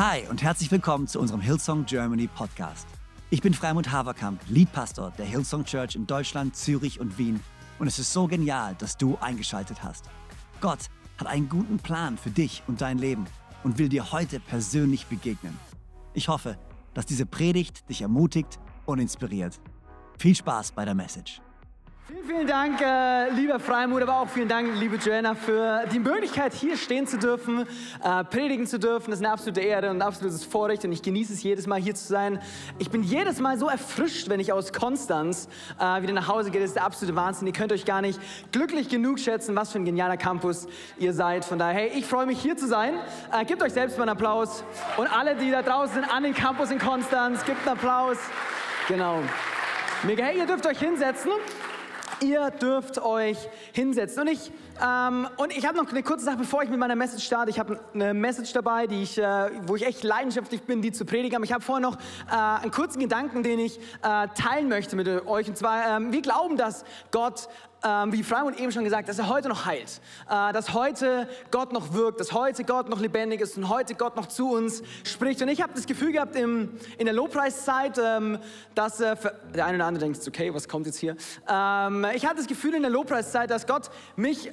Hi und herzlich willkommen zu unserem Hillsong Germany Podcast. Ich bin Freimund Haverkamp, Leadpastor der Hillsong Church in Deutschland, Zürich und Wien. Und es ist so genial, dass du eingeschaltet hast. Gott hat einen guten Plan für dich und dein Leben und will dir heute persönlich begegnen. Ich hoffe, dass diese Predigt dich ermutigt und inspiriert. Viel Spaß bei der Message. Vielen Dank, lieber Freimut, aber auch vielen Dank, liebe Joanna, für die Möglichkeit, hier stehen zu dürfen, predigen zu dürfen. Das ist eine absolute Ehre und ein absolutes Vorrecht und ich genieße es jedes Mal, hier zu sein. Ich bin jedes Mal so erfrischt, wenn ich aus Konstanz wieder nach Hause gehe. Das ist der absolute Wahnsinn. Ihr könnt euch gar nicht glücklich genug schätzen, was für ein genialer Campus ihr seid. Von daher, hey, ich freue mich, hier zu sein. Gebt euch selbst mal einen Applaus. Und alle, die da draußen sind, an den Campus in Konstanz, gebt einen Applaus. Genau. Mega, hey, ihr dürft euch hinsetzen. Ihr dürft euch hinsetzen. Und ich habe noch eine kurze Sache, bevor ich mit meiner Message starte. Ich habe eine Message dabei, wo ich echt leidenschaftlich bin, die zu predigen. Aber ich habe vorher noch einen kurzen Gedanken, den ich teilen möchte mit euch. Und zwar, wir glauben, dass Gott, wie Freimund eben schon gesagt, dass er heute noch heilt. Dass heute Gott noch wirkt, dass heute Gott noch lebendig ist und heute Gott noch zu uns spricht. Und ich habe das Gefühl gehabt in der Lobpreiszeit, dass der eine oder andere denkt, okay, was kommt jetzt hier? Ich hatte das Gefühl in der Lobpreiszeit, dass Gott mich,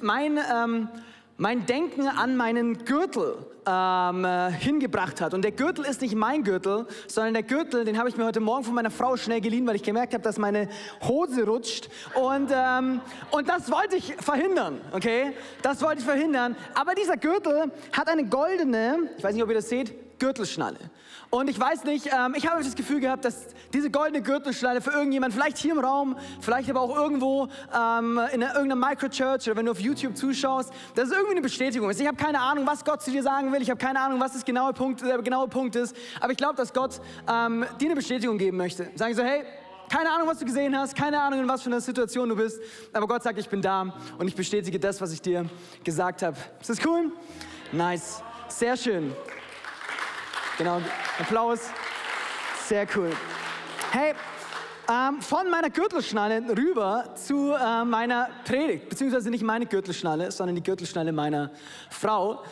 mein Denken an meinen Gürtel hingebracht hat. Und der Gürtel ist nicht mein Gürtel, sondern der Gürtel, den habe ich mir heute Morgen von meiner Frau schnell geliehen, weil ich gemerkt habe, dass meine Hose rutscht. Und das wollte ich verhindern, okay? Das wollte ich verhindern. Aber dieser Gürtel hat eine goldene, ich weiß nicht, ob ihr das seht, Gürtelschnalle. Und ich weiß nicht, ich habe das Gefühl gehabt, dass diese goldene Gürtelschnalle für irgendjemand, vielleicht hier im Raum, vielleicht aber auch irgendwo in irgendeiner Microchurch oder wenn du auf YouTube zuschaust, dass es irgendwie eine Bestätigung ist. Ich habe keine Ahnung, was Gott zu dir sagen will. Ich habe keine Ahnung, was der genaue Punkt ist. Aber ich glaube, dass Gott dir eine Bestätigung geben möchte. Sagen so, hey, keine Ahnung, was du gesehen hast, keine Ahnung, in was für einer Situation du bist. Aber Gott sagt, ich bin da und ich bestätige das, was ich dir gesagt habe. Ist das cool? Nice. Sehr schön. Genau, Applaus. Sehr cool. Hey, von meiner Gürtelschnalle rüber zu meiner Predigt. Beziehungsweise nicht meine Gürtelschnalle, sondern die Gürtelschnalle meiner Frau.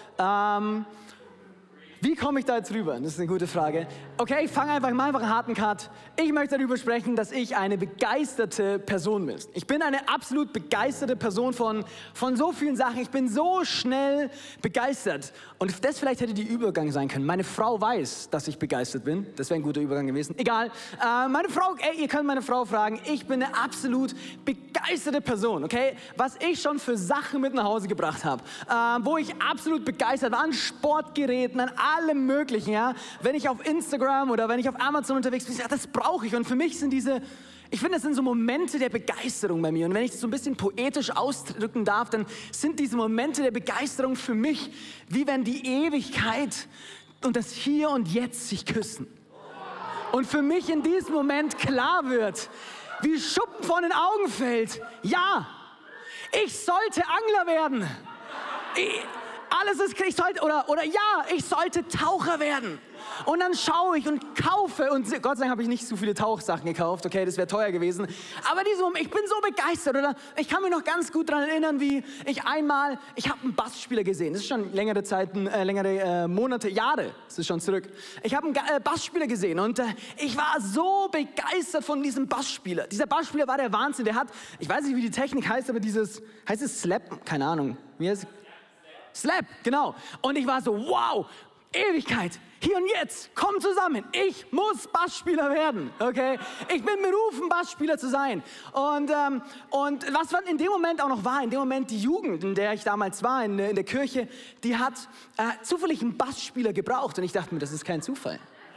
Wie komme ich da jetzt rüber? Das ist eine gute Frage. Okay, ich fange einfach mal einen harten Cut. Ich möchte darüber sprechen, dass ich eine begeisterte Person bin. Ich bin eine absolut begeisterte Person von so vielen Sachen. Ich bin so schnell begeistert. Und das vielleicht hätte die Übergang sein können. Meine Frau weiß, dass ich begeistert bin. Das wäre ein guter Übergang gewesen. Egal. Meine Frau, ihr könnt meine Frau fragen. Ich bin eine absolut begeisterte Person, okay? Was ich schon für Sachen mit nach Hause gebracht habe. Wo ich absolut begeistert war. An Sportgeräten, an allem Möglichen, ja. Wenn ich auf Instagram oder wenn ich auf Amazon unterwegs bin, ja, das brauche ich. Und für mich sind ich finde, das sind so Momente der Begeisterung bei mir. Und wenn ich das so ein bisschen poetisch ausdrücken darf, dann sind diese Momente der Begeisterung für mich, wie wenn die Ewigkeit und das Hier und Jetzt sich küssen. Und für mich in diesem Moment klar wird, wie Schuppen von den Augen fällt, ja, ich sollte Angler werden. Ich sollte Taucher werden. Und dann schaue ich und kaufe und Gott sei Dank habe ich nicht so viele Tauchsachen gekauft, okay, das wäre teuer gewesen. Aber ich bin so begeistert, oder? Ich kann mich noch ganz gut daran erinnern, wie ich habe einen Bassspieler gesehen. Das ist schon längere Monate, Jahre, das ist schon zurück. Ich habe einen Bassspieler gesehen und ich war so begeistert von diesem Bassspieler. Dieser Bassspieler war der Wahnsinn. Der hat, ich weiß nicht, wie die Technik heißt, aber heißt es Slap? Keine Ahnung. Wie heißt es? Slap, genau. Und ich war so, wow, Ewigkeit, hier und jetzt, komm zusammen. Ich muss Bassspieler werden, okay? Ich bin berufen, Bassspieler zu sein. Und was in dem Moment auch noch war, in dem Moment die Jugend, in der ich damals war, in der Kirche, die hat zufällig einen Bassspieler gebraucht. Und ich dachte mir, das ist kein Zufall.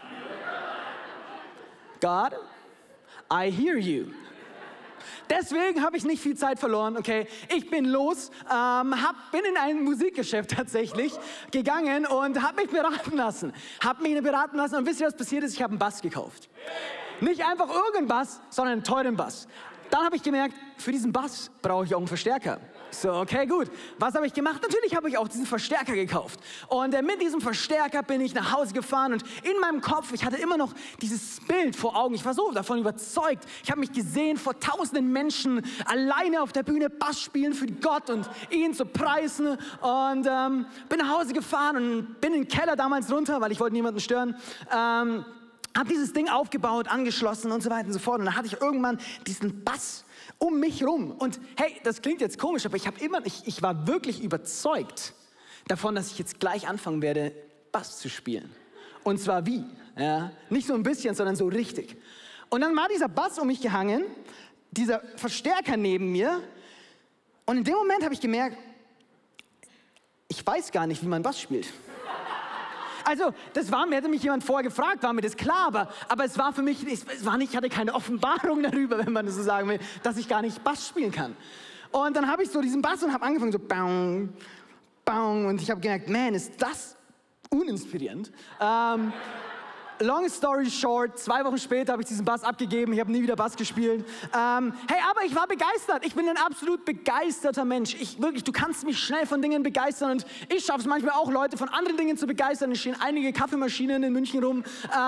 God, I hear you. Deswegen habe ich nicht viel Zeit verloren, okay? Ich bin los, bin in ein Musikgeschäft tatsächlich gegangen und habe mich beraten lassen. Und wisst ihr, was passiert ist? Ich habe einen Bass gekauft. Nicht einfach irgendeinen Bass, sondern einen teuren Bass. Dann habe ich gemerkt, für diesen Bass brauche ich auch einen Verstärker. So, okay, gut. Was habe ich gemacht? Natürlich habe ich auch diesen Verstärker gekauft. Und mit diesem Verstärker bin ich nach Hause gefahren und in meinem Kopf, ich hatte immer noch dieses Bild vor Augen. Ich war so davon überzeugt. Ich habe mich gesehen, vor tausenden Menschen alleine auf der Bühne Bass spielen für Gott und ihn zu preisen. Und bin nach Hause gefahren und bin in den Keller damals runter, weil ich wollte niemanden stören. Habe dieses Ding aufgebaut, angeschlossen und so weiter und so fort. Und dann hatte ich irgendwann diesen Bass um mich rum. Und hey, das klingt jetzt komisch, aber ich war wirklich überzeugt davon, dass ich jetzt gleich anfangen werde, Bass zu spielen. Und zwar wie? Ja? Nicht so ein bisschen, sondern so richtig. Und dann war dieser Bass um mich gehangen, dieser Verstärker neben mir. Und in dem Moment habe ich gemerkt, ich weiß gar nicht, wie man Bass spielt. Also, hätte mich jemand vorher gefragt, war mir das klar, aber es war für mich, ich hatte keine Offenbarung darüber, wenn man das so sagen will, dass ich gar nicht Bass spielen kann. Und dann habe ich so diesen Bass und habe angefangen so, bang, bang, und ich habe gemerkt, man, ist das uninspirierend. Long story short, 2 Wochen später habe ich diesen Bass abgegeben, ich habe nie wieder Bass gespielt. Hey, aber ich war begeistert, ich bin ein absolut begeisterter Mensch. Du kannst mich schnell von Dingen begeistern und ich schaffe es manchmal auch, Leute von anderen Dingen zu begeistern. Es stehen einige Kaffeemaschinen in München rum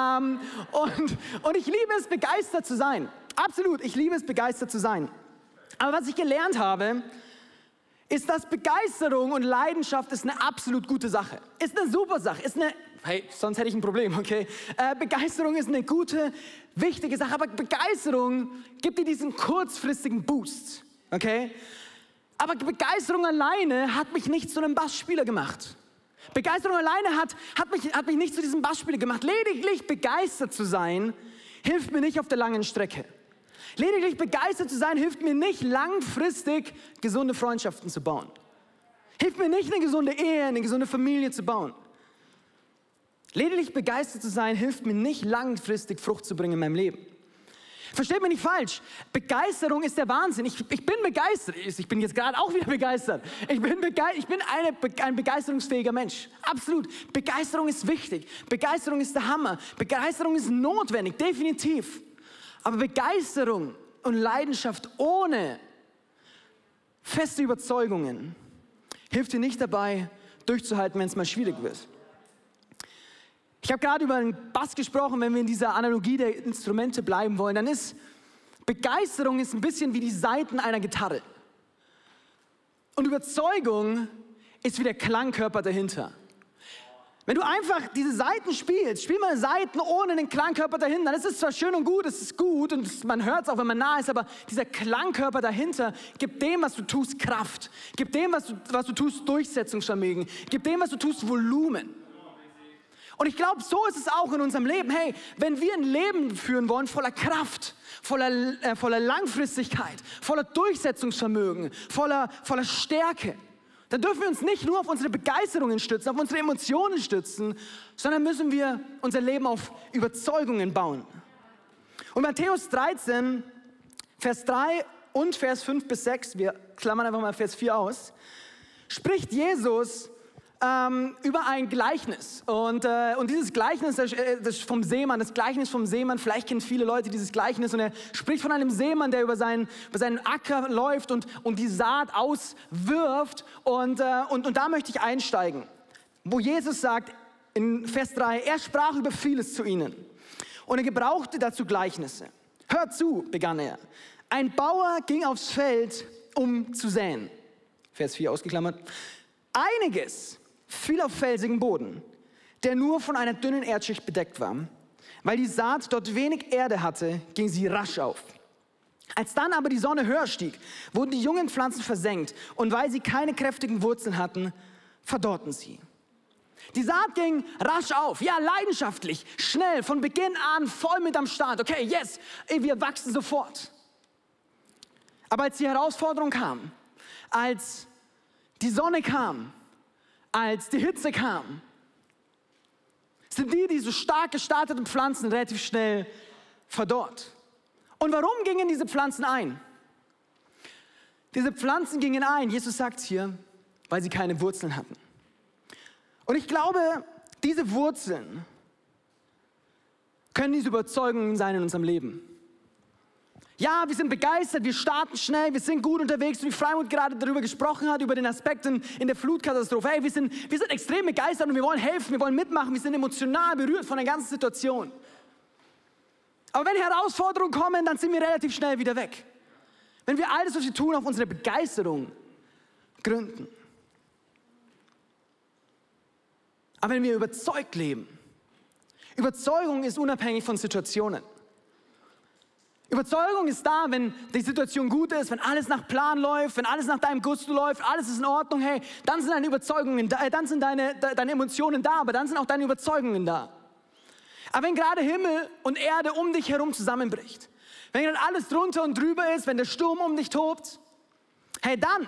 und ich liebe es, begeistert zu sein. Absolut, ich liebe es, begeistert zu sein. Aber was ich gelernt habe, ist, dass Begeisterung und Leidenschaft ist eine absolut gute Sache. Ist eine super Sache, hey, sonst hätte ich ein Problem, okay? Begeisterung ist eine gute, wichtige Sache, aber Begeisterung gibt dir diesen kurzfristigen Boost, okay? Aber Begeisterung alleine hat mich nicht zu einem Bassspieler gemacht. Begeisterung alleine hat mich nicht zu diesem Bassspieler gemacht. Lediglich begeistert zu sein, hilft mir nicht auf der langen Strecke. Lediglich begeistert zu sein, hilft mir nicht langfristig gesunde Freundschaften zu bauen. Hilft mir nicht, eine gesunde Ehe, eine gesunde Familie zu bauen. Lediglich begeistert zu sein, hilft mir nicht langfristig Frucht zu bringen in meinem Leben. Versteht mich nicht falsch, Begeisterung ist der Wahnsinn. Ich bin begeistert, ich bin jetzt gerade auch wieder begeistert. Ich bin ein begeisterungsfähiger Mensch, absolut. Begeisterung ist wichtig, Begeisterung ist der Hammer, Begeisterung ist notwendig, definitiv. Aber Begeisterung und Leidenschaft ohne feste Überzeugungen hilft dir nicht dabei, durchzuhalten, wenn es mal schwierig wird. Ich habe gerade über den Bass gesprochen, wenn wir in dieser Analogie der Instrumente bleiben wollen, dann ist Begeisterung ein bisschen wie die Saiten einer Gitarre. Und Überzeugung ist wie der Klangkörper dahinter. Wenn du einfach diese Saiten spielst, spiel mal Saiten ohne einen Klangkörper dahinter, dann ist es zwar schön und gut, es ist gut und man hört es auch, wenn man nah ist, aber dieser Klangkörper dahinter gibt dem, was du tust, Kraft. Gibt dem, was du tust, Durchsetzungsvermögen. Gibt dem, was du tust, Volumen. Und ich glaube, so ist es auch in unserem Leben. Hey, wenn wir ein Leben führen wollen, voller Kraft, voller Langfristigkeit, voller Durchsetzungsvermögen, voller Stärke, dann dürfen wir uns nicht nur auf unsere Begeisterungen stützen, auf unsere Emotionen stützen, sondern müssen wir unser Leben auf Überzeugungen bauen. Und Matthäus 13, Vers 3 und Vers 5 bis 6, wir klammern einfach mal Vers 4 aus, spricht Jesus über ein Gleichnis. Und dieses Gleichnis, das vom Seemann, das Gleichnis vom Seemann, vielleicht kennen viele Leute dieses Gleichnis, und er spricht von einem Seemann, der über seinen Acker läuft und die Saat auswirft. Und da möchte ich einsteigen, wo Jesus sagt in Vers 3, er sprach über vieles zu ihnen und er gebrauchte dazu Gleichnisse. Hört zu, begann er. Ein Bauer ging aufs Feld, um zu säen. Vers 4 ausgeklammert. Einiges fiel auf felsigen Boden, der nur von einer dünnen Erdschicht bedeckt war. Weil die Saat dort wenig Erde hatte, ging sie rasch auf. Als dann aber die Sonne höher stieg, wurden die jungen Pflanzen versenkt, und weil sie keine kräftigen Wurzeln hatten, verdorrten sie. Die Saat ging rasch auf, ja, leidenschaftlich, schnell, von Beginn an voll mit am Start. Okay, yes, wir wachsen sofort. Aber als die Herausforderung kam, als die Sonne kam, als die Hitze kam, sind die so stark gestarteten Pflanzen relativ schnell verdorrt. Und warum gingen diese Pflanzen ein? Diese Pflanzen gingen ein, Jesus sagt hier, weil sie keine Wurzeln hatten. Und ich glaube, diese Wurzeln können diese Überzeugungen sein in unserem Leben. Ja, wir sind begeistert, wir starten schnell, wir sind gut unterwegs, wie Freimut gerade darüber gesprochen hat, über den Aspekten in der Flutkatastrophe. Hey, wir sind extrem begeistert und wir wollen helfen, wir wollen mitmachen, wir sind emotional berührt von der ganzen Situation. Aber wenn Herausforderungen kommen, dann sind wir relativ schnell wieder weg. Wenn wir alles, was wir tun, auf unsere Begeisterung gründen. Aber wenn wir überzeugt leben, Überzeugung ist unabhängig von Situationen. Überzeugung ist da, wenn die Situation gut ist, wenn alles nach Plan läuft, wenn alles nach deinem Gusto läuft, alles ist in Ordnung, hey, dann sind deine Überzeugungen da, dann sind deine Emotionen da, aber dann sind auch deine Überzeugungen da. Aber wenn gerade Himmel und Erde um dich herum zusammenbricht, wenn gerade alles drunter und drüber ist, wenn der Sturm um dich tobt, hey, dann,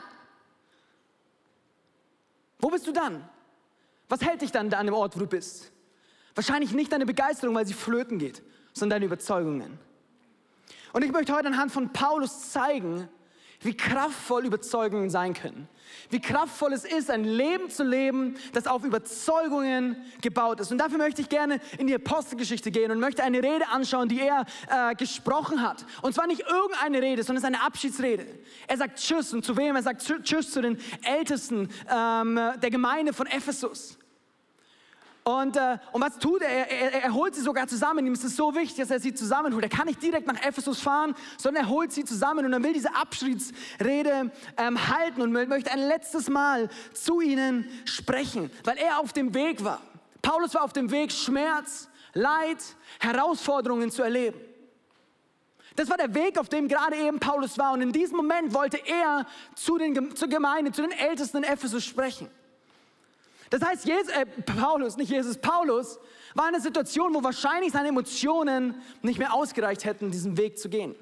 wo bist du dann? Was hält dich dann an dem Ort, wo du bist? Wahrscheinlich nicht deine Begeisterung, weil sie flöten geht, sondern deine Überzeugungen. Und ich möchte heute anhand von Paulus zeigen, wie kraftvoll Überzeugungen sein können. Wie kraftvoll es ist, ein Leben zu leben, das auf Überzeugungen gebaut ist. Und dafür möchte ich gerne in die Apostelgeschichte gehen und möchte eine Rede anschauen, die er gesprochen hat. Und zwar nicht irgendeine Rede, sondern es ist eine Abschiedsrede. Er sagt Tschüss. Und zu wem? Er sagt Tschüss zu den Ältesten der Gemeinde von Ephesus. Und was tut er? Er holt sie sogar zusammen. Ihm ist es so wichtig, dass er sie zusammenholt. Er kann nicht direkt nach Ephesus fahren, sondern er holt sie zusammen und er will diese Abschiedsrede halten und möchte ein letztes Mal zu ihnen sprechen, weil er auf dem Weg war. Paulus war auf dem Weg, Schmerz, Leid, Herausforderungen zu erleben. Das war der Weg, auf dem gerade eben Paulus war. Und in diesem Moment wollte er zur Gemeinde, zu den Ältesten in Ephesus sprechen. Das heißt, Paulus war in einer Situation, wo wahrscheinlich seine Emotionen nicht mehr ausgereicht hätten, diesen Weg zu gehen.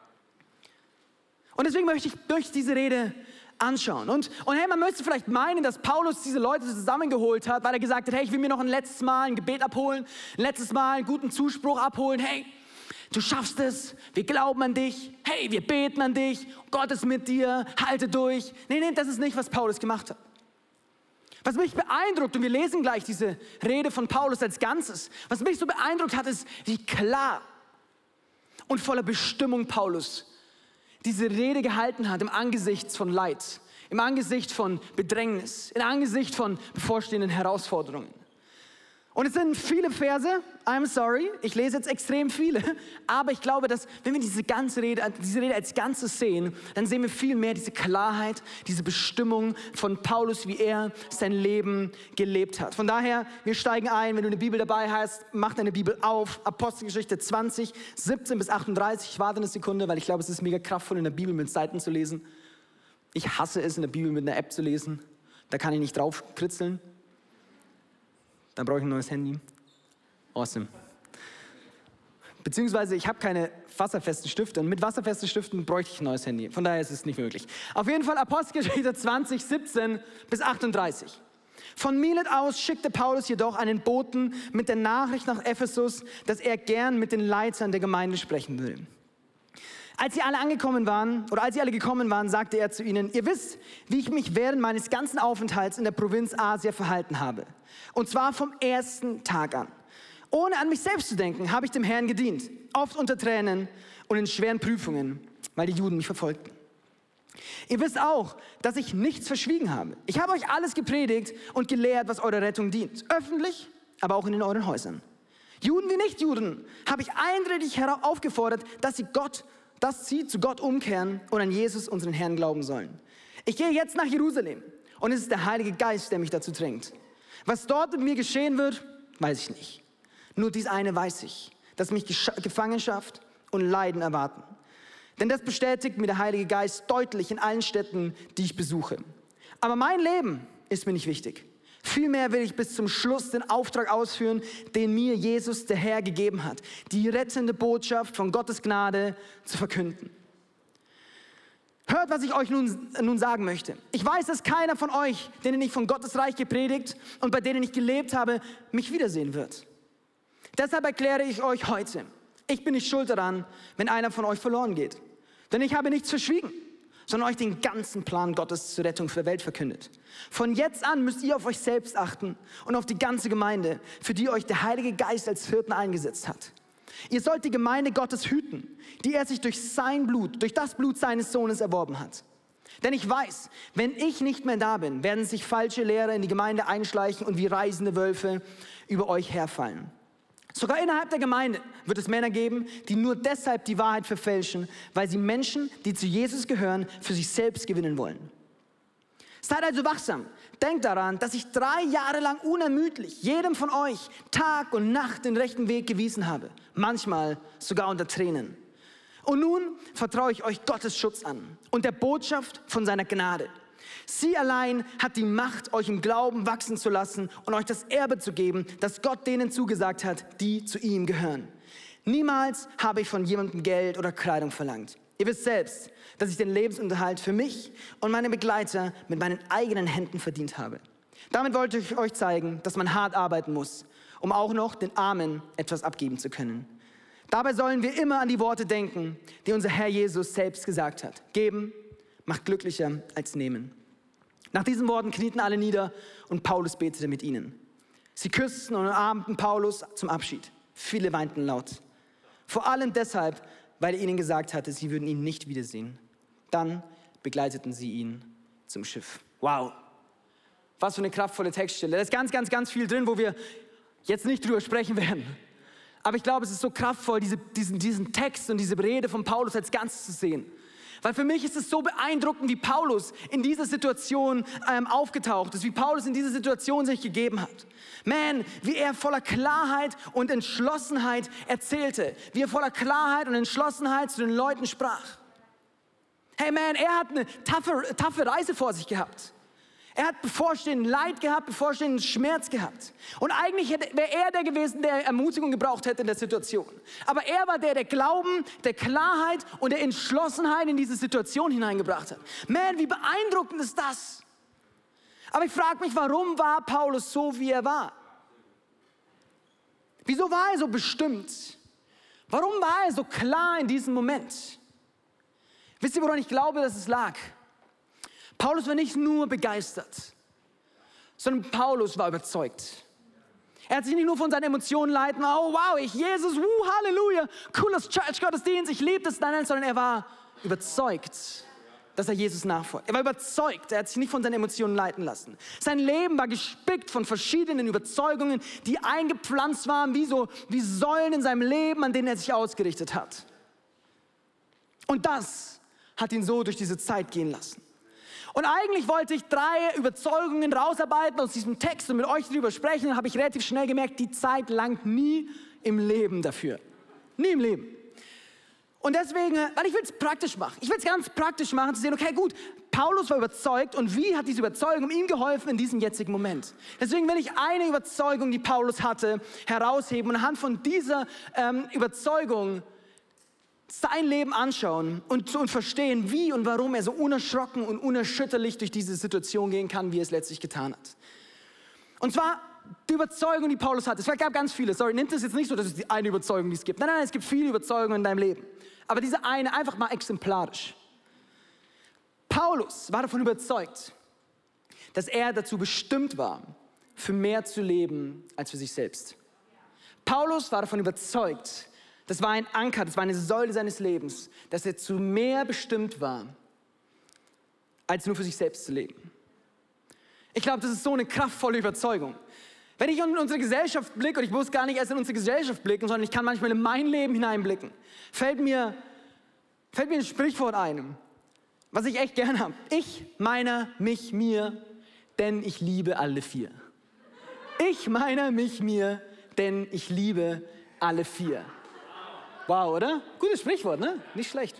Und deswegen möchte ich diese Rede anschauen. Und hey, man müsste vielleicht meinen, dass Paulus diese Leute zusammengeholt hat, weil er gesagt hat, hey, ich will mir noch ein letztes Mal ein Gebet abholen, ein letztes Mal einen guten Zuspruch abholen. Hey, du schaffst es, wir glauben an dich, hey, wir beten an dich, Gott ist mit dir, halte durch. Nee, das ist nicht, was Paulus gemacht hat. Was mich beeindruckt, und wir lesen gleich diese Rede von Paulus als Ganzes, was mich so beeindruckt hat, ist, wie klar und voller Bestimmung Paulus diese Rede gehalten hat im Angesicht von Leid, im Angesicht von Bedrängnis, im Angesicht von bevorstehenden Herausforderungen. Und es sind viele Verse, I'm sorry, ich lese jetzt extrem viele, aber ich glaube, dass wenn wir diese Rede als Ganzes sehen, dann sehen wir viel mehr diese Klarheit, diese Bestimmung von Paulus, wie er sein Leben gelebt hat. Von daher, wir steigen ein, wenn du eine Bibel dabei hast, mach deine Bibel auf, Apostelgeschichte 20, 17 bis 38, ich warte eine Sekunde, weil ich glaube, es ist mega kraftvoll, in der Bibel mit Seiten zu lesen. Ich hasse es, in der Bibel mit einer App zu lesen, da kann ich nicht drauf kritzeln. Dann brauche ich ein neues Handy. Awesome. Beziehungsweise ich habe keine wasserfesten Stifte und mit wasserfesten Stiften bräuchte ich ein neues Handy. Von daher ist es nicht möglich. Auf jeden Fall Apostelgeschichte 20, 17 bis 38. Von Milet aus schickte Paulus jedoch einen Boten mit der Nachricht nach Ephesus, dass er gern mit den Leitern der Gemeinde sprechen will. Als sie alle gekommen waren, sagte er zu ihnen, ihr wisst, wie ich mich während meines ganzen Aufenthalts in der Provinz Asia verhalten habe. Und zwar vom ersten Tag an. Ohne an mich selbst zu denken, habe ich dem Herrn gedient. Oft unter Tränen und in schweren Prüfungen, weil die Juden mich verfolgten. Ihr wisst auch, dass ich nichts verschwiegen habe. Ich habe euch alles gepredigt und gelehrt, was eurer Rettung dient. Öffentlich, aber auch in euren Häusern. Juden wie Nichtjuden habe ich eindringlich aufgefordert, dass sie zu Gott umkehren und an Jesus, unseren Herrn, glauben sollen. Ich gehe jetzt nach Jerusalem und es ist der Heilige Geist, der mich dazu drängt. Was dort mit mir geschehen wird, weiß ich nicht. Nur dies eine weiß ich, dass mich Gefangenschaft und Leiden erwarten. Denn das bestätigt mir der Heilige Geist deutlich in allen Städten, die ich besuche. Aber mein Leben ist mir nicht wichtig. Vielmehr will ich bis zum Schluss den Auftrag ausführen, den mir Jesus, der Herr, gegeben hat, die rettende Botschaft von Gottes Gnade zu verkünden. Hört, was ich euch nun sagen möchte. Ich weiß, dass keiner von euch, denen ich von Gottes Reich gepredigt und bei denen ich gelebt habe, mich wiedersehen wird. Deshalb erkläre ich euch heute, ich bin nicht schuld daran, wenn einer von euch verloren geht. Denn ich habe nichts verschwiegen, sondern euch den ganzen Plan Gottes zur Rettung der Welt verkündet. Von jetzt an müsst ihr auf euch selbst achten und auf die ganze Gemeinde, für die euch der Heilige Geist als Hirten eingesetzt hat. Ihr sollt die Gemeinde Gottes hüten, die er sich durch sein Blut, durch das Blut seines Sohnes erworben hat. Denn ich weiß, wenn ich nicht mehr da bin, werden sich falsche Lehrer in die Gemeinde einschleichen und wie reißende Wölfe über euch herfallen. Sogar innerhalb der Gemeinde wird es Männer geben, die nur deshalb die Wahrheit verfälschen, weil sie Menschen, die zu Jesus gehören, für sich selbst gewinnen wollen. Seid also wachsam. Denkt daran, dass ich 3 Jahre lang unermüdlich jedem von euch Tag und Nacht den rechten Weg gewiesen habe. Manchmal sogar unter Tränen. Und nun vertraue ich euch Gottes Schutz an und der Botschaft von seiner Gnade. Sie allein hat die Macht, euch im Glauben wachsen zu lassen und euch das Erbe zu geben, das Gott denen zugesagt hat, die zu ihm gehören. Niemals habe ich von jemandem Geld oder Kleidung verlangt. Ihr wisst selbst, dass ich den Lebensunterhalt für mich und meine Begleiter mit meinen eigenen Händen verdient habe. Damit wollte ich euch zeigen, dass man hart arbeiten muss, um auch noch den Armen etwas abgeben zu können. Dabei sollen wir immer an die Worte denken, die unser Herr Jesus selbst gesagt hat. Geben macht glücklicher als nehmen. Nach diesen Worten knieten alle nieder und Paulus betete mit ihnen. Sie küssten und umarmten Paulus zum Abschied. Viele weinten laut. Vor allem deshalb, weil er ihnen gesagt hatte, sie würden ihn nicht wiedersehen. Dann begleiteten sie ihn zum Schiff. Wow, was für eine kraftvolle Textstelle. Da ist ganz, ganz, ganz viel drin, wo wir jetzt nicht drüber sprechen werden. Aber ich glaube, es ist so kraftvoll, diesen Text und diese Rede von Paulus als Ganzes zu sehen. Weil für mich ist es so beeindruckend, wie Paulus in dieser Situation aufgetaucht ist, wie Paulus in dieser Situation sich gegeben hat. Man, wie er voller Klarheit und Entschlossenheit erzählte, wie er voller Klarheit und Entschlossenheit zu den Leuten sprach. Hey man, er hat eine taffe Reise vor sich gehabt. Er hat bevorstehenden Leid gehabt, bevorstehenden Schmerz gehabt. Und eigentlich wäre er der gewesen, der Ermutigung gebraucht hätte in der Situation. Aber er war der Glauben, der Klarheit und der Entschlossenheit in diese Situation hineingebracht hat. Man, wie beeindruckend ist das? Aber ich frage mich, warum war Paulus so, wie er war? Wieso war er so bestimmt? Warum war er so klar in diesem Moment? Wisst ihr, woran ich glaube, dass es lag? Paulus war nicht nur begeistert, sondern Paulus war überzeugt. Er hat sich nicht nur von seinen Emotionen leiten, oh wow, Jesus, Halleluja, cooles Church-Gottesdienst, ich liebe das, nein, sondern er war überzeugt, dass er Jesus nachfolgt. Er war überzeugt, er hat sich nicht von seinen Emotionen leiten lassen. Sein Leben war gespickt von verschiedenen Überzeugungen, die eingepflanzt waren, wie Säulen in seinem Leben, an denen er sich ausgerichtet hat. Und das hat ihn so durch diese Zeit gehen lassen. Und eigentlich wollte ich 3 Überzeugungen rausarbeiten aus diesem Text und mit euch darüber sprechen. Und habe ich relativ schnell gemerkt, die Zeit langt nie im Leben dafür. Nie im Leben. Und deswegen, weil ich will es praktisch machen. Ich will es ganz praktisch machen, zu sehen, okay gut, Paulus war überzeugt und wie hat diese Überzeugung ihm geholfen in diesem jetzigen Moment. Deswegen will ich eine Überzeugung, die Paulus hatte, herausheben und anhand von dieser Überzeugung sein Leben anschauen und verstehen, wie und warum er so unerschrocken und unerschütterlich durch diese Situation gehen kann, wie er es letztlich getan hat. Und zwar die Überzeugung, die Paulus hatte. Es gab ganz viele. Sorry, nimmt es jetzt nicht so, dass es die eine Überzeugung, die es gibt. Nein, es gibt viele Überzeugungen in deinem Leben. Aber diese eine einfach mal exemplarisch. Paulus war davon überzeugt, dass er dazu bestimmt war, für mehr zu leben als für sich selbst. Paulus war davon überzeugt, das war ein Anker, das war eine Säule seines Lebens, dass er zu mehr bestimmt war, als nur für sich selbst zu leben. Ich glaube, das ist so eine kraftvolle Überzeugung. Wenn ich in unsere Gesellschaft blicke, und ich muss gar nicht erst in unsere Gesellschaft blicken, sondern ich kann manchmal in mein Leben hineinblicken, fällt mir ein Sprichwort ein, was ich echt gern habe. Ich, meiner, mich, mir, denn ich liebe alle 4. Ich, meiner, mich, mir, denn ich liebe alle 4. Wow, oder? Gutes Sprichwort, ne? Nicht schlecht.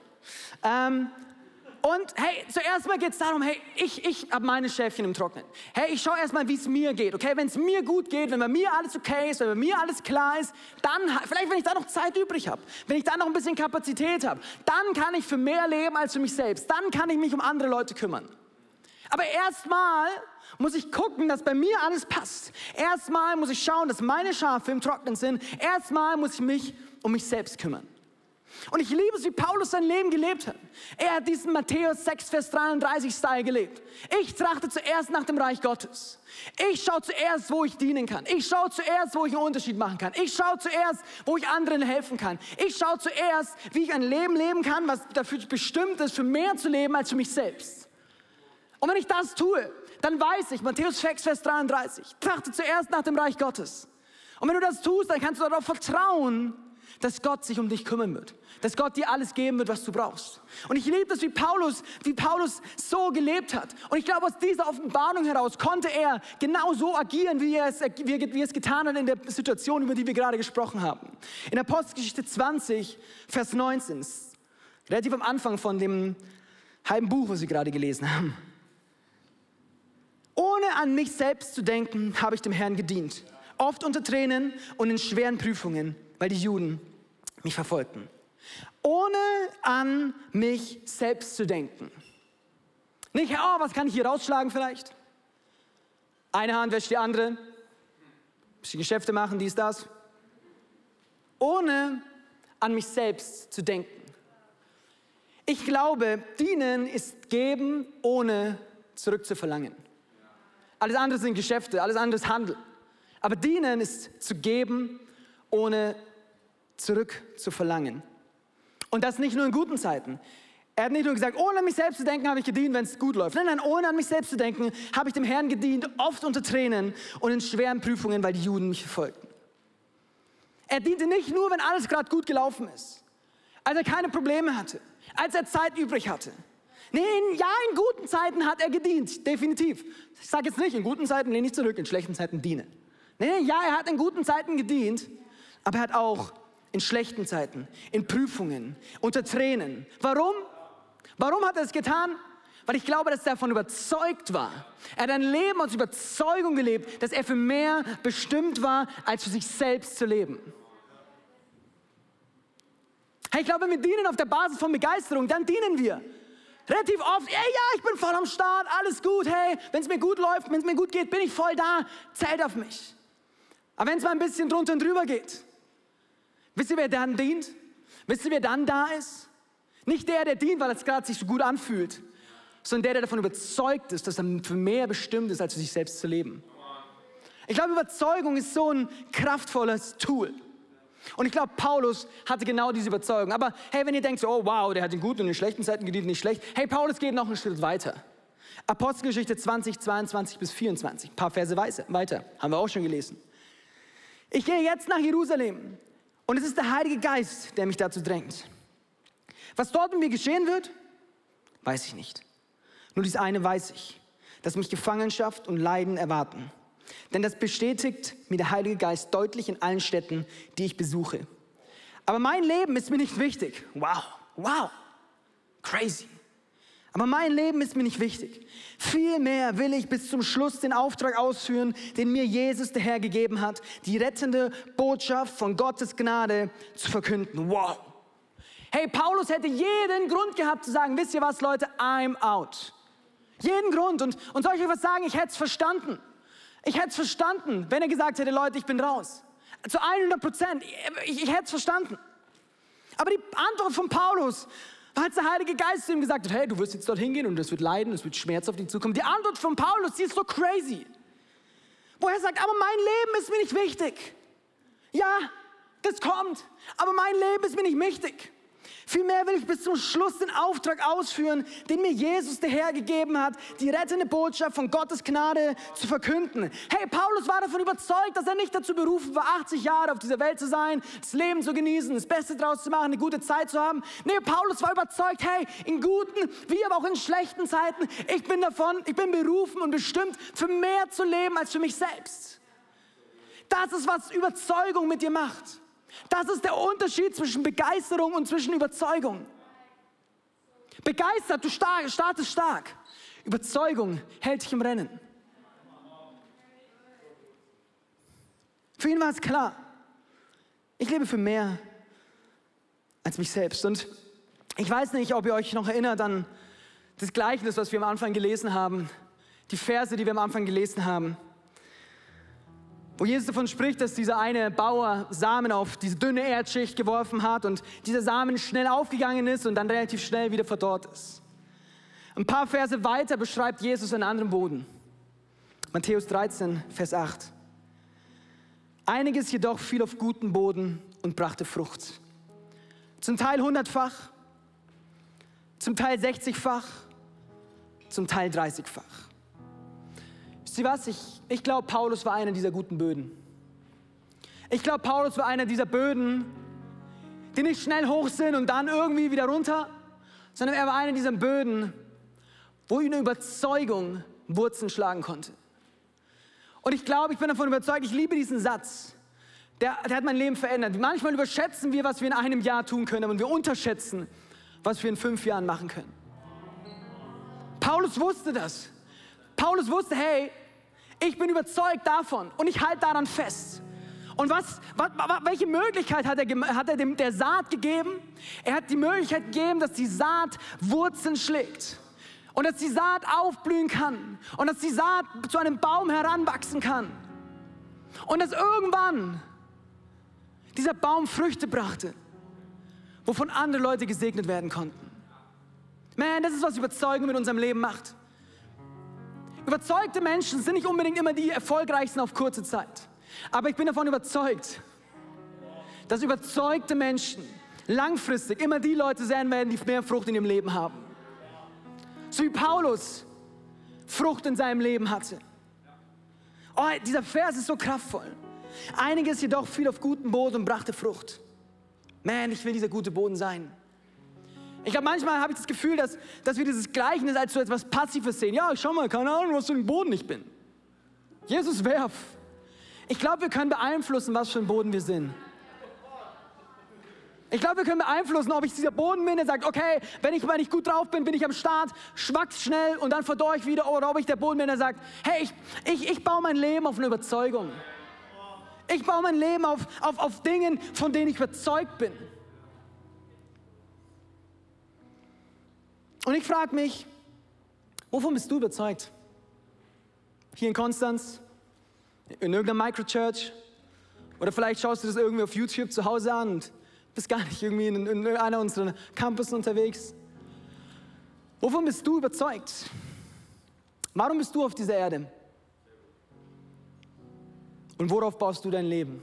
Und hey, zuerst mal geht es darum, hey, ich habe meine Schäfchen im Trocknen. Hey, ich schaue erstmal, wie es mir geht, okay? Wenn es mir gut geht, wenn bei mir alles okay ist, wenn bei mir alles klar ist, dann, vielleicht wenn ich da noch Zeit übrig habe, wenn ich da noch ein bisschen Kapazität habe, dann kann ich für mehr leben als für mich selbst. Dann kann ich mich um andere Leute kümmern. Aber erstmal muss ich gucken, dass bei mir alles passt. Erstmal muss ich schauen, dass meine Schafe im Trocknen sind. Erstmal muss ich mich um mich selbst kümmern. Und ich liebe es, wie Paulus sein Leben gelebt hat. Er hat diesen Matthäus 6, Vers 33 Style gelebt. Ich trachte zuerst nach dem Reich Gottes. Ich schaue zuerst, wo ich dienen kann. Ich schaue zuerst, wo ich einen Unterschied machen kann. Ich schaue zuerst, wo ich anderen helfen kann. Ich schaue zuerst, wie ich ein Leben leben kann, was dafür bestimmt ist, für mehr zu leben als für mich selbst. Und wenn ich das tue, dann weiß ich, Matthäus 6, Vers 33, trachte zuerst nach dem Reich Gottes. Und wenn du das tust, dann kannst du darauf vertrauen, dass Gott sich um dich kümmern wird. Dass Gott dir alles geben wird, was du brauchst. Und ich liebe das, wie Paulus so gelebt hat. Und ich glaube, aus dieser Offenbarung heraus konnte er genau so agieren, wie er es getan hat in der Situation, über die wir gerade gesprochen haben. In Apostelgeschichte 20, Vers 19, relativ am Anfang von dem halben Buch, was wir gerade gelesen haben. Ohne an mich selbst zu denken, habe ich dem Herrn gedient. Oft unter Tränen und in schweren Prüfungen, weil die Juden mich verfolgten. Ohne an mich selbst zu denken. Nicht, oh, was kann ich hier rausschlagen vielleicht? Eine Hand wäscht die andere. Ein bisschen Geschäfte machen, dies, das. Ohne an mich selbst zu denken. Ich glaube, dienen ist geben, ohne zurückzuverlangen. Alles andere sind Geschäfte, alles andere ist Handel. Aber dienen ist zu geben, ohne zurückzuverlangen. Und das nicht nur in guten Zeiten. Er hat nicht nur gesagt, ohne an mich selbst zu denken, habe ich gedient, wenn es gut läuft. Nein, ohne an mich selbst zu denken, habe ich dem Herrn gedient, oft unter Tränen und in schweren Prüfungen, weil die Juden mich verfolgten. Er diente nicht nur, wenn alles gerade gut gelaufen ist, als er keine Probleme hatte, als er Zeit übrig hatte. Nee, in guten Zeiten hat er gedient, definitiv. Ich sage jetzt nicht, in guten Zeiten lehne ich zurück, in schlechten Zeiten diene. Nee, ja, er hat in guten Zeiten gedient, aber er hat auch in schlechten Zeiten, in Prüfungen, unter Tränen. Warum? Warum hat er es getan? Weil ich glaube, dass er davon überzeugt war. Er hat ein Leben aus Überzeugung gelebt, dass er für mehr bestimmt war, als für sich selbst zu leben. Hey, ich glaube, wenn wir dienen auf der Basis von Begeisterung, dann dienen wir. Relativ oft, ja, ich bin voll am Start, alles gut, hey, wenn es mir gut läuft, wenn es mir gut geht, bin ich voll da, zählt auf mich. Aber wenn es mal ein bisschen drunter und drüber geht, wisst ihr, wer dann dient? Wisst ihr, wer dann da ist? Nicht der dient, weil es gerade sich so gut anfühlt, sondern der davon überzeugt ist, dass er für mehr bestimmt ist, als für sich selbst zu leben. Ich glaube, Überzeugung ist so ein kraftvolles Tool. Und ich glaube, Paulus hatte genau diese Überzeugung. Aber hey, wenn ihr denkt, so, oh wow, der hat in guten und in schlechten Zeiten gedient, nicht schlecht. Hey, Paulus geht noch einen Schritt weiter. Apostelgeschichte 20, 22 bis 24, ein paar Verse weiter, haben wir auch schon gelesen. Ich gehe jetzt nach Jerusalem und es ist der Heilige Geist, der mich dazu drängt. Was dort mit mir geschehen wird, weiß ich nicht. Nur dies eine weiß ich, dass mich Gefangenschaft und Leiden erwarten. Denn das bestätigt mir der Heilige Geist deutlich in allen Städten, die ich besuche. Aber mein Leben ist mir nicht wichtig. Wow, crazy. Aber mein Leben ist mir nicht wichtig. Vielmehr will ich bis zum Schluss den Auftrag ausführen, den mir Jesus der Herr gegeben hat, die rettende Botschaft von Gottes Gnade zu verkünden. Wow. Hey, Paulus hätte jeden Grund gehabt zu sagen, wisst ihr was, Leute, I'm out. Jeden Grund. Und soll ich euch was sagen? Ich hätte es verstanden. Ich hätte es verstanden, wenn er gesagt hätte, Leute, ich bin raus. Zu 100%. Ich hätte es verstanden. Aber die Antwort von Paulus, als der Heilige Geist zu ihm gesagt hat, hey, du wirst jetzt dorthin gehen und es wird Leiden, es wird Schmerz auf dich zukommen. Die Antwort von Paulus, die ist so crazy. Wo er sagt, aber mein Leben ist mir nicht wichtig. Ja, das kommt, aber mein Leben ist mir nicht wichtig. Vielmehr will ich bis zum Schluss den Auftrag ausführen, den mir Jesus der Herr gegeben hat, die rettende Botschaft von Gottes Gnade zu verkünden. Hey, Paulus war davon überzeugt, dass er nicht dazu berufen war, 80 Jahre auf dieser Welt zu sein, das Leben zu genießen, das Beste draus zu machen, eine gute Zeit zu haben. Nee, Paulus war überzeugt, hey, in guten wie aber auch in schlechten Zeiten, ich bin berufen und bestimmt, für mehr zu leben als für mich selbst. Das ist, was Überzeugung mit dir macht. Das ist der Unterschied zwischen Begeisterung und zwischen Überzeugung. Begeistert, du startest stark. Überzeugung hält dich im Rennen. Für ihn war es klar, ich lebe für mehr als mich selbst. Und ich weiß nicht, ob ihr euch noch erinnert an das Gleichnis, was wir am Anfang gelesen haben, die Verse, die wir am Anfang gelesen haben. wo Jesus davon spricht, dass dieser eine Bauer Samen auf diese dünne Erdschicht geworfen hat und dieser Samen schnell aufgegangen ist und dann relativ schnell wieder verdorrt ist. Ein paar Verse weiter beschreibt Jesus einen anderen Boden. Matthäus 13, Vers 8. Einiges jedoch fiel auf guten Boden und brachte Frucht. Zum Teil 100-fach, zum Teil 60-fach, zum Teil 30-fach. Wisst ihr was? Ich glaube, Paulus war einer dieser guten Böden. Ich glaube, Paulus war einer dieser Böden, die nicht schnell hoch sind und dann irgendwie wieder runter, sondern er war einer dieser Böden, wo eine Überzeugung Wurzeln schlagen konnte. Und ich glaube, ich bin davon überzeugt, ich liebe diesen Satz. Der hat mein Leben verändert. Manchmal überschätzen wir, was wir in einem Jahr tun können, und wir unterschätzen, was wir in 5 Jahren machen können. Paulus wusste das. Paulus wusste, hey, ich bin überzeugt davon und ich halte daran fest. Und welche Möglichkeit hat er der Saat gegeben? Er hat die Möglichkeit gegeben, dass die Saat Wurzeln schlägt. Und dass die Saat aufblühen kann. Und dass die Saat zu einem Baum heranwachsen kann. Und dass irgendwann dieser Baum Früchte brachte, wovon andere Leute gesegnet werden konnten. Man, das ist, was Überzeugung mit unserem Leben macht. Überzeugte Menschen sind nicht unbedingt immer die erfolgreichsten auf kurze Zeit. Aber ich bin davon überzeugt, dass überzeugte Menschen langfristig immer die Leute sein werden, die mehr Frucht in ihrem Leben haben. So wie Paulus Frucht in seinem Leben hatte. Oh, dieser Vers ist so kraftvoll. Einiges jedoch fiel auf guten Boden und brachte Frucht. Man, ich will dieser gute Boden sein. Ich glaube, manchmal habe ich das Gefühl, dass wir dieses Gleichnis als so etwas Passives sehen. Ja, schau mal, keine Ahnung, was für ein Boden ich bin. Jesus, werf. Ich glaube, wir können beeinflussen, was für ein Boden wir sind. Ich glaube, wir können beeinflussen, ob ich dieser Boden bin, der sagt, okay, wenn ich gut drauf bin, bin ich am Start, schwachs schnell und dann verdorre ich wieder. Oder ob ich der Boden bin, der sagt, hey, ich baue mein Leben auf eine Überzeugung. Ich baue mein Leben auf Dingen, von denen ich überzeugt bin. Und ich frage mich, wovon bist du überzeugt? Hier in Konstanz, in irgendeiner Microchurch, oder vielleicht schaust du das irgendwie auf YouTube zu Hause an und bist gar nicht irgendwie in einer unserer Campus unterwegs. Wovon bist du überzeugt? Warum bist du auf dieser Erde? Und worauf baust du dein Leben?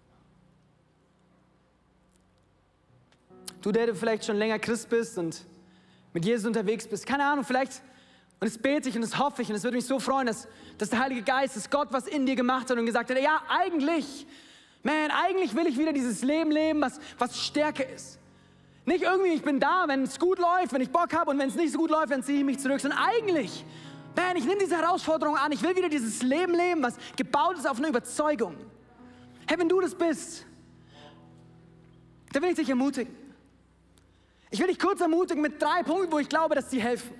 Du, der du vielleicht schon länger Christ bist und mit Jesus unterwegs bist, keine Ahnung, vielleicht, und das bete ich und das hoffe ich und es würde mich so freuen, dass der Heilige Geist, dass Gott was in dir gemacht hat und gesagt hat, ja, eigentlich will ich wieder dieses Leben leben, was Stärke ist. Nicht irgendwie, ich bin da, wenn es gut läuft, wenn ich Bock habe, und wenn es nicht so gut läuft, dann ziehe ich mich zurück, sondern eigentlich, ich nehme diese Herausforderung an, ich will wieder dieses Leben leben, was gebaut ist auf eine Überzeugung. Hey, wenn du das bist, dann will ich dich ermutigen. Ich will dich kurz ermutigen mit 3 Punkten, wo ich glaube, dass sie helfen.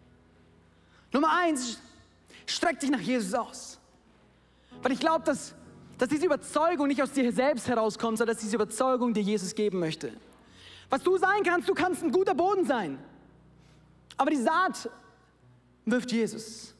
Nummer 1, streck dich nach Jesus aus. Weil ich glaube, dass diese Überzeugung nicht aus dir selbst herauskommt, sondern dass diese Überzeugung dir Jesus geben möchte. Was du sein kannst, du kannst ein guter Boden sein. Aber die Saat wirft Jesus.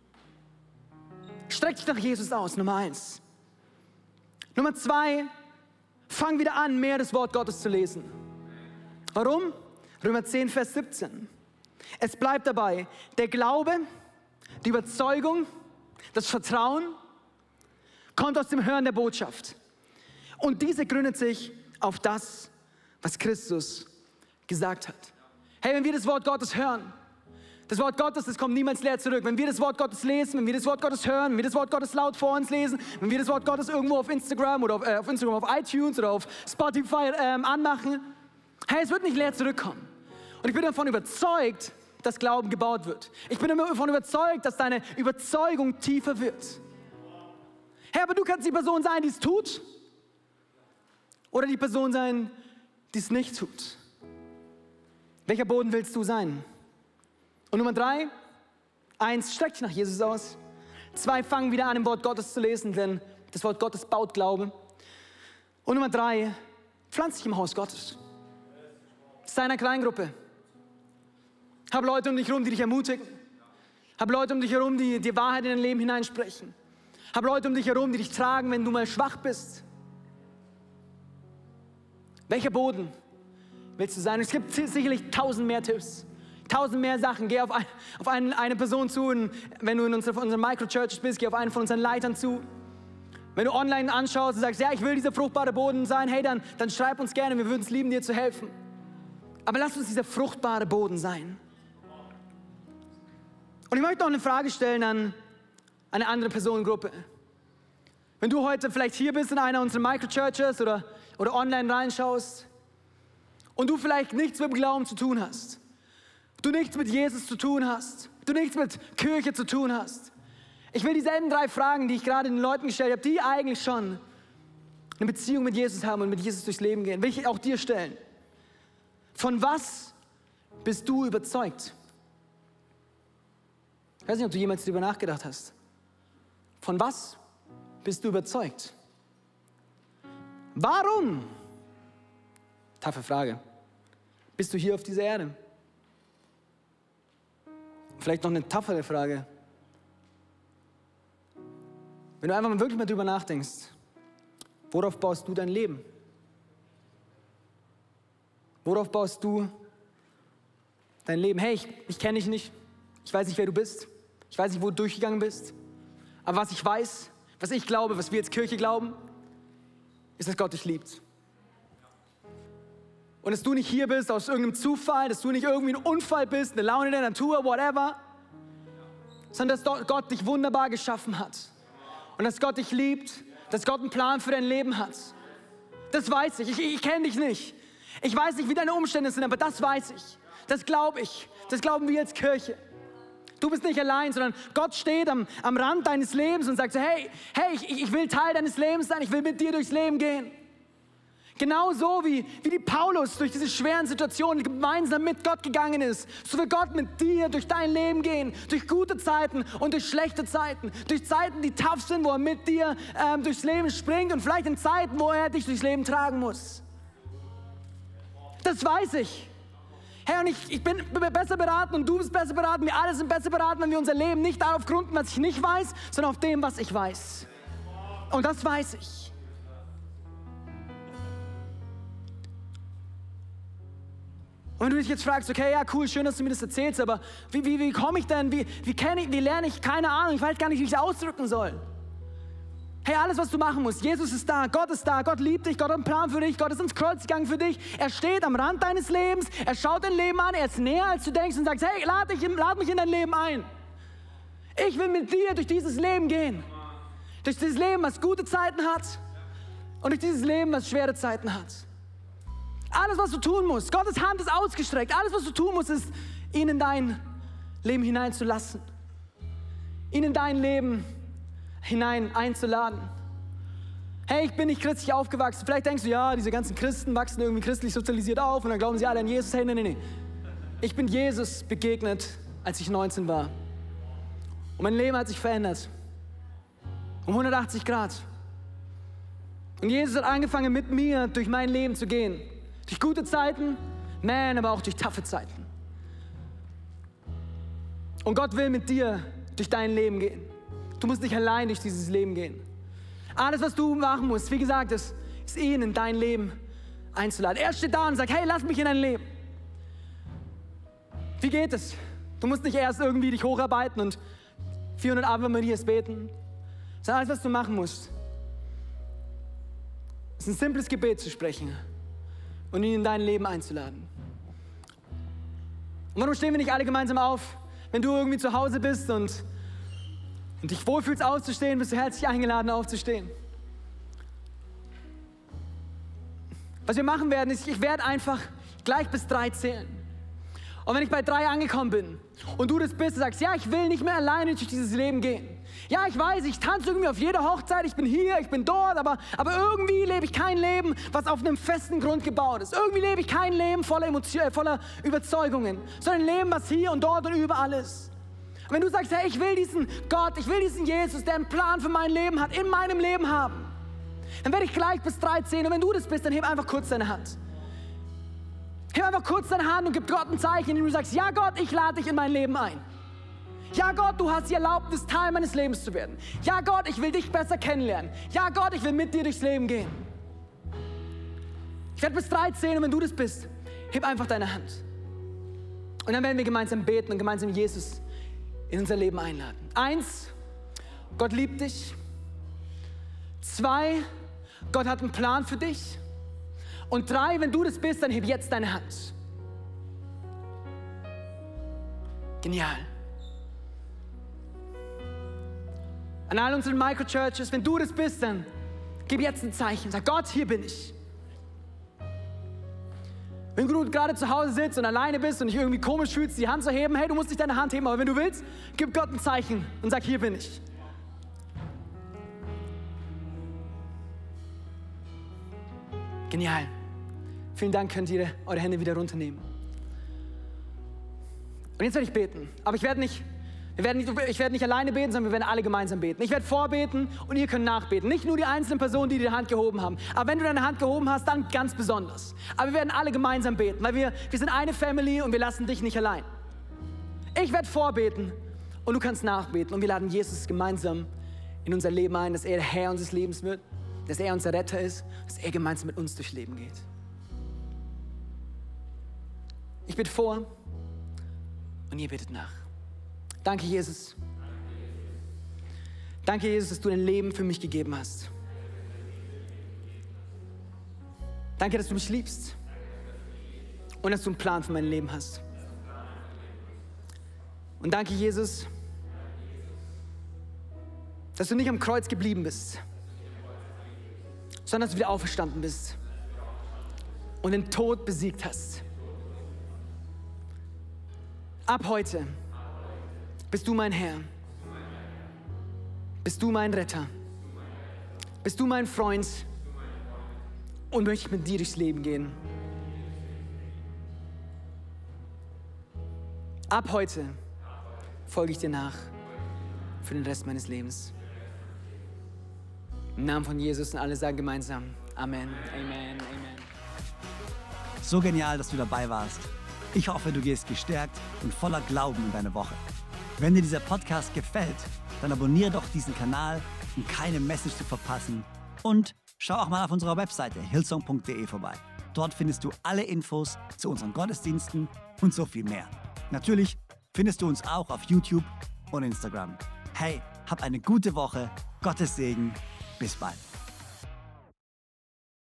Streck dich nach Jesus aus, Nummer 1. Nummer 2, fang wieder an, mehr das Wort Gottes zu lesen. Warum? Römer 10, Vers 17. Es bleibt dabei, der Glaube, die Überzeugung, das Vertrauen kommt aus dem Hören der Botschaft. Und diese gründet sich auf das, was Christus gesagt hat. Hey, wenn wir das Wort Gottes hören, das Wort Gottes, das kommt niemals leer zurück. Wenn wir das Wort Gottes lesen, wenn wir das Wort Gottes hören, wenn wir das Wort Gottes laut vor uns lesen, wenn wir das Wort Gottes irgendwo auf Instagram oder auf iTunes oder auf Spotify anmachen, hey, es wird nicht leer zurückkommen. Und ich bin davon überzeugt, dass Glauben gebaut wird. Ich bin davon überzeugt, dass deine Überzeugung tiefer wird. Hey, aber du kannst die Person sein, die es tut, oder die Person sein, die es nicht tut. Welcher Boden willst du sein? Und Nummer 3, 1, streck dich nach Jesus aus. 2, fang wieder an, im Wort Gottes zu lesen, denn das Wort Gottes baut Glaube. Und Nummer 3, pflanz dich im Haus Gottes. Sei in einer Kleingruppe. Hab Leute um dich herum, die dich ermutigen. Hab Leute um dich herum, die dir Wahrheit in dein Leben hineinsprechen. Hab Leute um dich herum, die dich tragen, wenn du mal schwach bist. Welcher Boden willst du sein? Und es gibt sicherlich 1000 mehr Tipps, 1000 mehr Sachen. Geh auf eine Person zu. Und wenn du in unseren Microchurches bist, geh auf einen von unseren Leitern zu. Wenn du online anschaust und sagst, ja, ich will dieser fruchtbare Boden sein, hey, dann schreib uns gerne, wir würden es lieben, dir zu helfen. Aber lass uns dieser fruchtbare Boden sein. Und ich möchte noch eine Frage stellen an eine andere Personengruppe. Wenn du heute vielleicht hier bist in einer unserer Microchurches oder online reinschaust und du vielleicht nichts mit dem Glauben zu tun hast, du nichts mit Jesus zu tun hast, du nichts mit Kirche zu tun hast. Ich will dieselben 3 Fragen, die ich gerade den Leuten gestellt habe, die eigentlich schon eine Beziehung mit Jesus haben und mit Jesus durchs Leben gehen, will ich auch dir stellen. Von was bist du überzeugt? Ich weiß nicht, ob du jemals darüber nachgedacht hast. Von was bist du überzeugt? Warum? Taffe Frage. Bist du hier auf dieser Erde? Vielleicht noch eine taffere Frage. Wenn du einfach wirklich mal drüber nachdenkst, worauf baust du dein Leben? Worauf baust du dein Leben? Hey, ich kenne dich nicht. Ich weiß nicht, wer du bist. Ich weiß nicht, wo du durchgegangen bist. Aber was ich weiß, was ich glaube, was wir als Kirche glauben, ist, dass Gott dich liebt. Und dass du nicht hier bist aus irgendeinem Zufall, dass du nicht irgendwie ein Unfall bist, eine Laune der Natur, whatever, sondern dass Gott dich wunderbar geschaffen hat. Und dass Gott dich liebt, dass Gott einen Plan für dein Leben hat. Das weiß ich. Ich kenne dich nicht. Ich weiß nicht, wie deine Umstände sind, aber das weiß ich. Das glaube ich. Das glauben wir als Kirche. Du bist nicht allein, sondern Gott steht am Rand deines Lebens und sagt so, hey, ich will Teil deines Lebens sein, ich will mit dir durchs Leben gehen. Genauso wie die Paulus durch diese schweren Situationen gemeinsam mit Gott gegangen ist, so will Gott mit dir durch dein Leben gehen, durch gute Zeiten und durch schlechte Zeiten, durch Zeiten, die tough sind, wo er mit dir durchs Leben springt und vielleicht in Zeiten, wo er dich durchs Leben tragen muss. Das weiß ich. Hey, und ich bin besser beraten und du bist besser beraten, wir alle sind besser beraten, wenn wir unser Leben nicht darauf gründen, was ich nicht weiß, sondern auf dem, was ich weiß. Und das weiß ich. Und wenn du dich jetzt fragst, okay, ja cool, schön, dass du mir das erzählst, aber wie komme ich denn, wie lerne ich, keine Ahnung, ich weiß gar nicht, wie ich es ausdrücken soll. Hey, alles, was du machen musst, Jesus ist da, Gott liebt dich, Gott hat einen Plan für dich, Gott ist ins Kreuz gegangen für dich, er steht am Rand deines Lebens, er schaut dein Leben an, er ist näher, als du denkst und sagst, hey, lad mich in dein Leben ein. Ich will mit dir durch dieses Leben gehen, durch dieses Leben, was gute Zeiten hat und durch dieses Leben, was schwere Zeiten hat. Alles, was du tun musst, Gottes Hand ist ausgestreckt, alles, was du tun musst, ist, ihn in dein Leben hineinzulassen, ihn in dein Leben hinein einzuladen. Hey, ich bin nicht christlich aufgewachsen. Vielleicht denkst du, ja, diese ganzen Christen wachsen irgendwie christlich sozialisiert auf und dann glauben sie alle an Jesus. Hey, nee. Ich bin Jesus begegnet, als ich 19 war. Und mein Leben hat sich verändert. Um 180 Grad. Und Jesus hat angefangen, mit mir durch mein Leben zu gehen. Durch gute Zeiten, aber auch durch taffe Zeiten. Und Gott will mit dir durch dein Leben gehen. Du musst nicht allein durch dieses Leben gehen. Alles, was du machen musst, wie gesagt, ist ihn in dein Leben einzuladen. Er steht da und sagt, hey, lass mich in dein Leben. Wie geht es? Du musst nicht erst irgendwie dich hocharbeiten und 400 Ave Marias beten. Sondern alles, was du machen musst, ist ein simples Gebet zu sprechen und ihn in dein Leben einzuladen. Und warum stehen wir nicht alle gemeinsam auf? Wenn du irgendwie zu Hause bist und dich wohlfühlst aufzustehen, bist du herzlich eingeladen aufzustehen. Was wir machen werden, ist, ich werde einfach gleich bis 3 zählen. Und wenn ich bei 3 angekommen bin und du das bist, du sagst, ja, ich will nicht mehr alleine durch dieses Leben gehen. Ja, ich weiß, ich tanze irgendwie auf jeder Hochzeit, ich bin hier, ich bin dort, aber irgendwie lebe ich kein Leben, was auf einem festen Grund gebaut ist. Irgendwie lebe ich kein Leben voller Überzeugungen, sondern ein Leben, was hier und dort und überall ist. Und wenn du sagst, hey, ich will diesen Gott, ich will diesen Jesus, der einen Plan für mein Leben hat, in meinem Leben haben, dann werde ich gleich bis 3 zählen. Und wenn du das bist, dann heb einfach kurz deine Hand. Heb einfach kurz deine Hand und gib Gott ein Zeichen, indem du sagst, ja Gott, ich lade dich in mein Leben ein. Ja, Gott, du hast die Erlaubnis, Teil meines Lebens zu werden. Ja, Gott, ich will dich besser kennenlernen. Ja, Gott, ich will mit dir durchs Leben gehen. Ich werde bis 3 zählen und wenn du das bist, heb einfach deine Hand. Und dann werden wir gemeinsam beten und gemeinsam Jesus in unser Leben einladen. 1, Gott liebt dich. 2, Gott hat einen Plan für dich. Und 3, wenn du das bist, dann heb jetzt deine Hand. Genial. An all unseren Microchurches, wenn du das bist, dann gib jetzt ein Zeichen. Sag, Gott, hier bin ich. Wenn du gerade zu Hause sitzt und alleine bist und dich irgendwie komisch fühlst, die Hand zu heben, hey, du musst nicht deine Hand heben, aber wenn du willst, gib Gott ein Zeichen und sag, hier bin ich. Genial. Vielen Dank, könnt ihr eure Hände wieder runternehmen. Und jetzt werde ich beten, aber ich werde nicht alleine beten, sondern wir werden alle gemeinsam beten. Ich werde vorbeten und ihr könnt nachbeten. Nicht nur die einzelnen Personen, die die Hand gehoben haben. Aber wenn du deine Hand gehoben hast, dann ganz besonders. Aber wir werden alle gemeinsam beten, weil wir sind eine Family und wir lassen dich nicht allein. Ich werde vorbeten und du kannst nachbeten. Und wir laden Jesus gemeinsam in unser Leben ein, dass er der Herr unseres Lebens wird, dass er unser Retter ist, dass er gemeinsam mit uns durchs Leben geht. Ich bete vor und ihr betet nach. Danke, Jesus. Danke, Jesus, dass du dein Leben für mich gegeben hast. Danke, dass du mich liebst und dass du einen Plan für mein Leben hast. Und danke, Jesus, dass du nicht am Kreuz geblieben bist, sondern dass du wieder auferstanden bist und den Tod besiegt hast. Ab heute bist du mein Herr, bist du mein Retter, bist du mein Freund und möchte mit dir durchs Leben gehen. Ab heute folge ich dir nach für den Rest meines Lebens. Im Namen von Jesus und alle sagen gemeinsam Amen, Amen, Amen. So genial, dass du dabei warst. Ich hoffe, du gehst gestärkt und voller Glauben in deine Woche. Wenn dir dieser Podcast gefällt, dann abonniere doch diesen Kanal, um keine Message zu verpassen. Und schau auch mal auf unserer Webseite hillsong.de vorbei. Dort findest du alle Infos zu unseren Gottesdiensten und so viel mehr. Natürlich findest du uns auch auf YouTube und Instagram. Hey, hab eine gute Woche, Gottes Segen, bis bald.